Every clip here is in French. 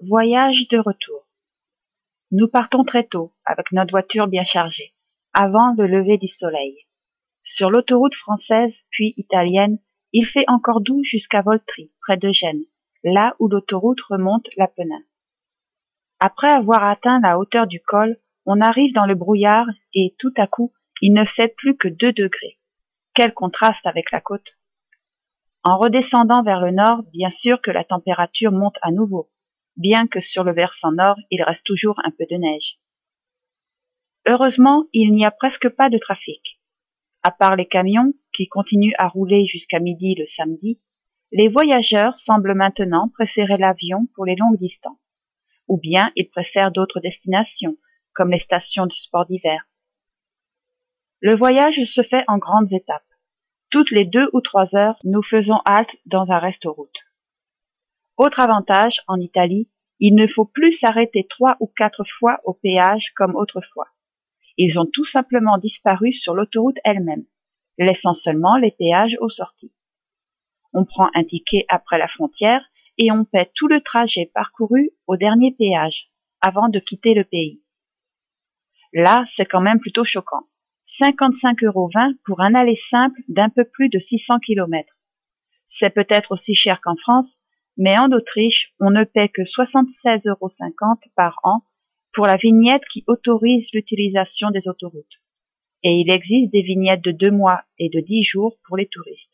Voyage de retour. Nous partons très tôt, avec notre voiture bien chargée, avant le lever du soleil. Sur l'autoroute française, puis italienne, il fait encore doux jusqu'à Voltri, près de Gênes, là où l'autoroute remonte l'Apennin. Après avoir atteint la hauteur du col, on arrive dans le brouillard et, tout à coup, il ne fait plus que 2 degrés. Quel contraste avec la côte! En redescendant vers le nord, bien sûr que la température monte à nouveau, bien que sur le versant nord, il reste toujours un peu de neige. Heureusement, il n'y a presque pas de trafic. À part les camions, qui continuent à rouler jusqu'à midi le samedi, les voyageurs semblent maintenant préférer l'avion pour les longues distances. Ou bien ils préfèrent d'autres destinations, comme les stations de sport d'hiver. Le voyage se fait en grandes étapes. Toutes les 2 ou 3 heures, nous faisons halte dans un restaurant. Autre avantage, en Italie, il ne faut plus s'arrêter 3 ou 4 fois au péage comme autrefois. Ils ont tout simplement disparu sur l'autoroute elle-même, laissant seulement les péages aux sorties. On prend un ticket après la frontière et on paie tout le trajet parcouru au dernier péage, avant de quitter le pays. Là, c'est quand même plutôt choquant. 55,20 € pour un aller simple d'un peu plus de 600 km. C'est peut-être aussi cher qu'en France, mais en Autriche, on ne paie que 76,50 € par an pour la vignette qui autorise l'utilisation des autoroutes. Et il existe des vignettes de 2 mois et de 10 jours pour les touristes.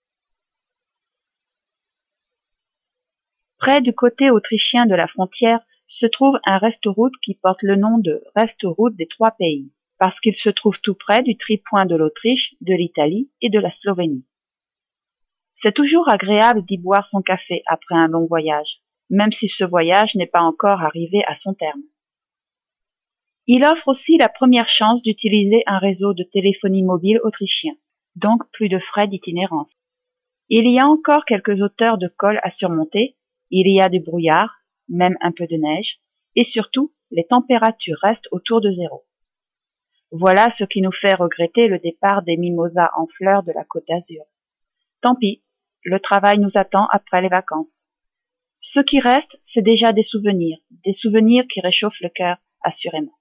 Près du côté autrichien de la frontière se trouve un restaurant qui porte le nom de Restaurant des 3 pays, parce qu'il se trouve tout près du tripoint de l'Autriche, de l'Italie et de la Slovénie. C'est toujours agréable d'y boire son café après un long voyage, même si ce voyage n'est pas encore arrivé à son terme. Il offre aussi la première chance d'utiliser un réseau de téléphonie mobile autrichien, donc plus de frais d'itinérance. Il y a encore quelques hauteurs de col à surmonter, il y a du brouillard, même un peu de neige, et surtout, les températures restent autour de 0. Voilà ce qui nous fait regretter le départ des mimosas en fleurs de la Côte d'Azur. Tant pis, le travail nous attend après les vacances. Ce qui reste, c'est déjà des souvenirs qui réchauffent le cœur, assurément.